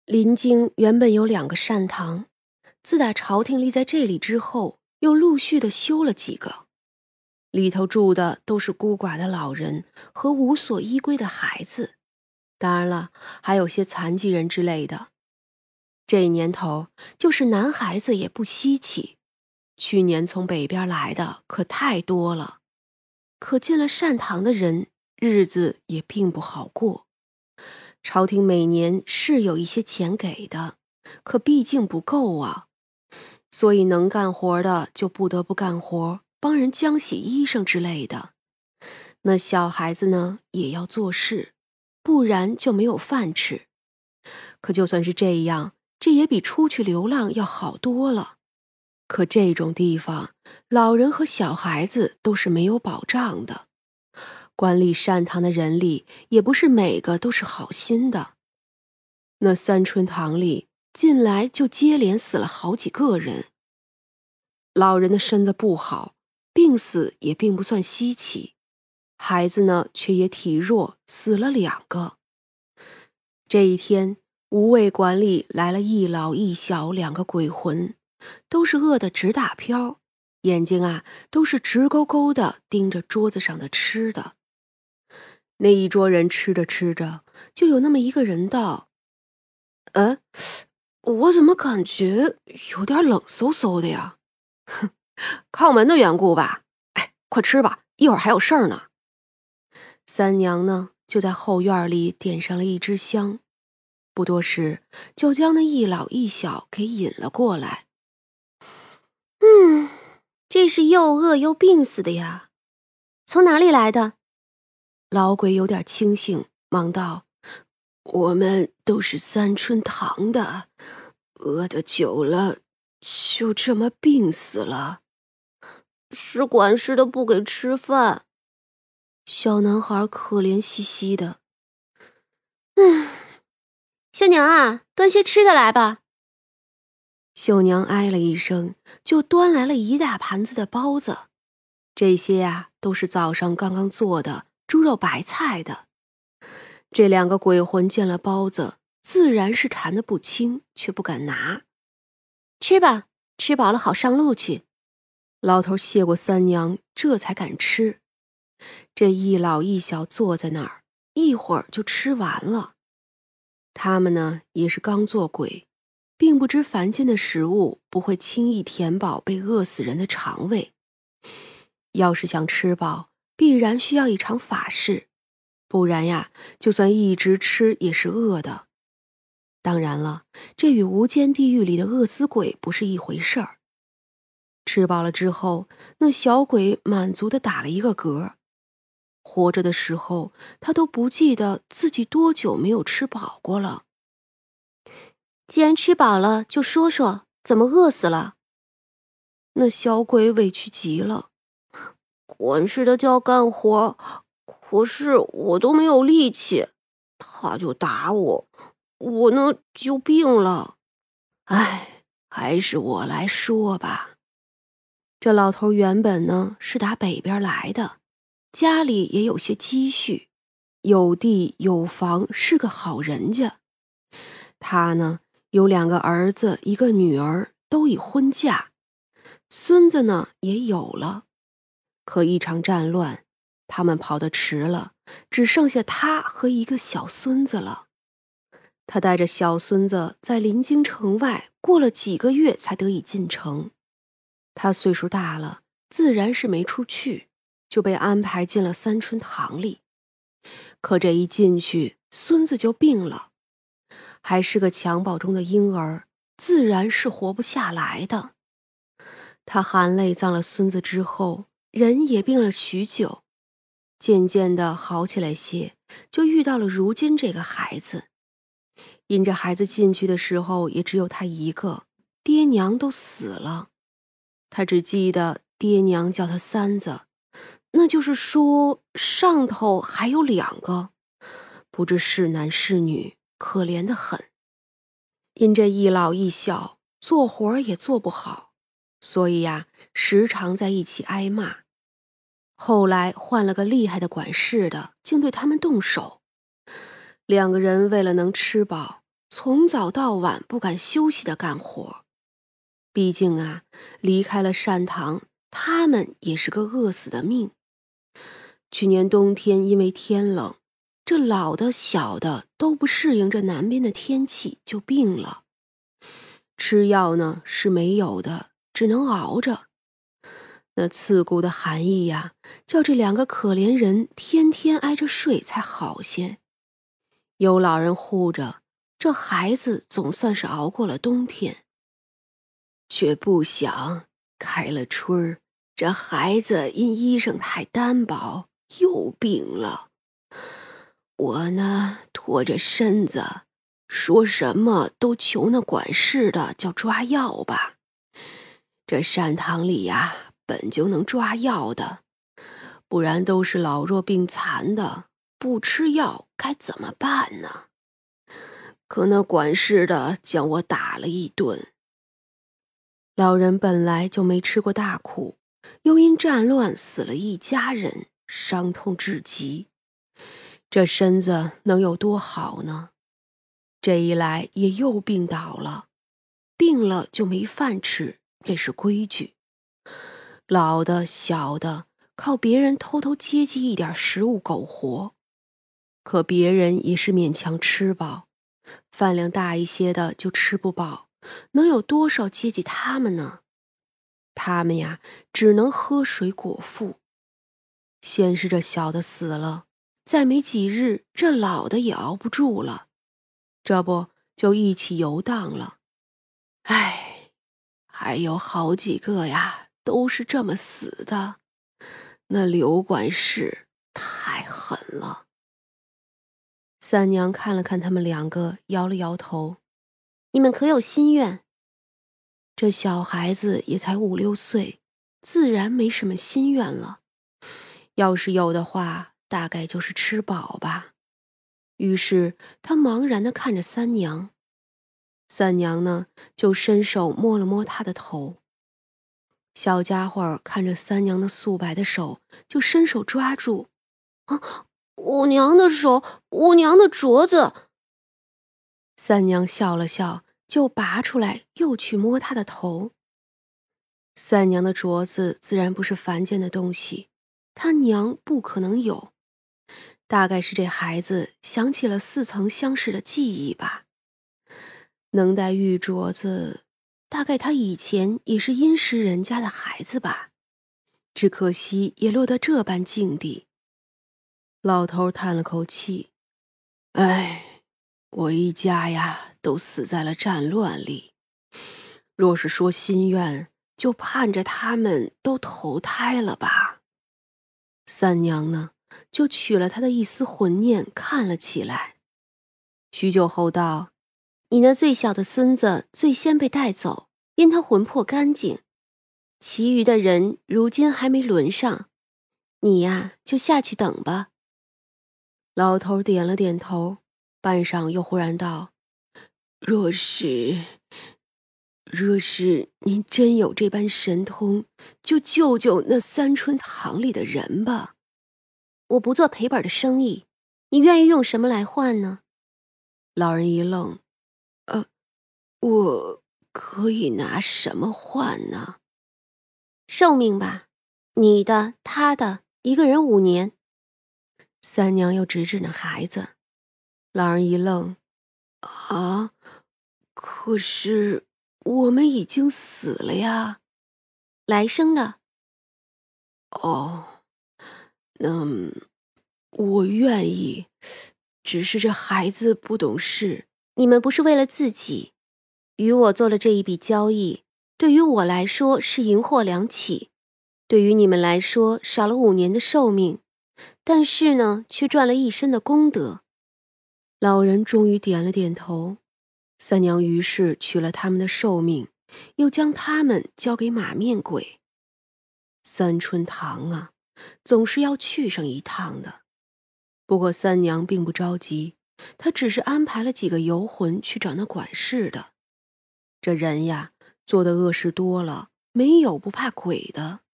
临京原本有2个善堂，自打朝廷立在这里之后，又陆续的修了几个，里头住的都是孤寡的老人和无所依归的孩子，当然了，还有些残疾人之类的。这年头，就是男孩子也不稀奇，去年从北边来的可太多了，可进了善堂的人，日子也并不好过。朝廷每年是有一些钱给的，可毕竟不够啊，所以能干活的就不得不干活，帮人浆洗衣裳之类的。那小孩子呢，也要做事，不然就没有饭吃。可就算是这样，这也比出去流浪要好多了。可这种地方，老人和小孩子都是没有保障的。管理善堂的人里，也不是每个都是好心的。那三春堂里，近来就接连死了好几个人。老人的身子不好，病死也并不算稀奇，孩子呢却也体弱，死了2个。这一天，无畏馆里来了一老一小2个鬼魂，都是饿得直打飘，眼睛啊都是直勾勾的盯着桌子上的吃的。那一桌人吃着吃着，就有那么一个人道：我怎么感觉有点冷飕飕的呀？哼，靠门的缘故吧。哎，快吃吧，一会儿还有事儿呢。三娘呢，就在后院里点上了一支香，不多时，就将那一老一小给引了过来。这是又饿又病死的呀，从哪里来的？老鬼有点清醒，忙道：我们都是三春堂的，饿得久了，就这么病死了。是管事的不给吃饭。小男孩可怜兮兮的。秀娘啊，端些吃的来吧。秀娘哎了一声，就端来了一大盘子的包子。这些呀，都是早上刚刚做的猪肉白菜的。这2个鬼魂见了包子，自然是馋得不轻，却不敢拿。吃吧，吃饱了好上路去。老头谢过三娘，这才敢吃。这一老一小坐在那儿，一会儿就吃完了。他们呢，也是刚做鬼，并不知凡间的食物不会轻易填饱被饿死人的肠胃。要是想吃饱，必然需要一场法事，不然呀，就算一直吃也是饿的。当然了，这与无间地狱里的饿死鬼不是一回事儿。吃饱了之后，那小鬼满足地打了一个嗝。活着的时候，他都不记得自己多久没有吃饱过了。既然吃饱了，就说说怎么饿死了。那小鬼委屈极了，管事的叫干活，可是我都没有力气，他就打我，我呢就病了。哎，还是我来说吧。这老头原本呢是打北边来的，家里也有些积蓄，有地有房，是个好人家。他呢有2个儿子1个女儿，都已婚嫁，孙子呢也有了。可一场战乱，他们跑得迟了，只剩下他和1个小孙子了。他带着小孙子在临京城外过了几个月才得以进城。他岁数大了，自然是没处去，就被安排进了三春堂里。可这一进去，孙子就病了，还是个襁褓中的婴儿，自然是活不下来的。他含泪葬了孙子之后，人也病了许久，渐渐的好起来些，就遇到了如今这个孩子。因这孩子进去的时候也只有他一个，爹娘都死了。他只记得爹娘叫他三子，那就是说上头还有2个，不知是男是女，可怜得很。因这一老一小，做活也做不好，所以呀，时常在一起挨骂。后来换了个厉害的管事的，竟对他们动手。2个人为了能吃饱， 从早到晚不敢休息的干活。毕竟啊，离开了善堂，他们也是个饿死的命。去年冬天因为天冷，这老的小的都不适应这南边的天气，就病了。吃药呢是没有的，只能熬着。那刺骨的寒意呀，叫这两个可怜人天天挨着睡才好些。有老人护着，这孩子总算是熬过了冬天。却不想开了春儿，这孩子因衣裳太单薄，又病了。我呢，拖着身子，说什么都求那管事的叫抓药吧。这善堂里呀，本就能抓药的，不然都是老弱病残的，不吃药该怎么办呢？可那管事的将我打了一顿。老人本来就没吃过大苦，又因战乱死了一家人，伤痛至极。这身子能有多好呢？这一来也又病倒了，病了就没饭吃，这是规矩。老的小的靠别人偷偷接济一点食物苟活，可别人也是勉强吃饱，饭量大一些的就吃不饱，能有多少接济他们呢？他们呀，只能喝水果腹。先是这小的死了，再没几日，这老的也熬不住了，这不就一起游荡了。唉，还有好几个呀，都是这么死的。那刘管事太狠了。三娘看了看他们两个，摇了摇头：“你们可有心愿？”这小孩子也才5、6岁，自然没什么心愿了。要是有的话，大概就是吃饱吧。于是他茫然地看着三娘。三娘呢，就伸手摸了摸他的头。小家伙看着三娘的素白的手，就伸手抓住。啊，我娘的手，我娘的镯子！三娘笑了笑，就拔出来，又去摸他的头。三娘的镯子自然不是凡间的东西，他娘不可能有。大概是这孩子想起了似曾相识的记忆吧。能戴玉镯子，大概他以前也是殷实人家的孩子吧。只可惜也落得这般境地。老头叹了口气：“哎，我一家呀，都死在了战乱里。若是说心愿，就盼着他们都投胎了吧。”三娘呢，就取了他的一丝魂念看了起来。许久后道：“你那最小的孙子最先被带走，因他魂魄干净，其余的人如今还没轮上，你呀就下去等吧。”老头点了点头，半晌又忽然道：“若是您真有这般神通，就救救那三春堂里的人吧。我不做赔本的生意，你愿意用什么来换呢？”老人一愣：“我可以拿什么换呢？”“寿命吧，你的他的，一个人5年。”三娘又指指那孩子。老人一愣：“啊，可是我们已经死了呀。”“来生的。”“哦，那我愿意，只是这孩子不懂事。”“你们不是为了自己，与我做了这一笔交易，对于我来说是银货两起，对于你们来说少了5年的寿命，但是呢，却赚了一身的功德。”老人终于点了点头。三娘于是取了他们的寿命，又将他们交给马面鬼。三春堂啊，总是要去上一趟的。不过三娘并不着急，她只是安排了几个游魂去找那管事的。这人呀，做的恶事多了，没有不怕鬼的。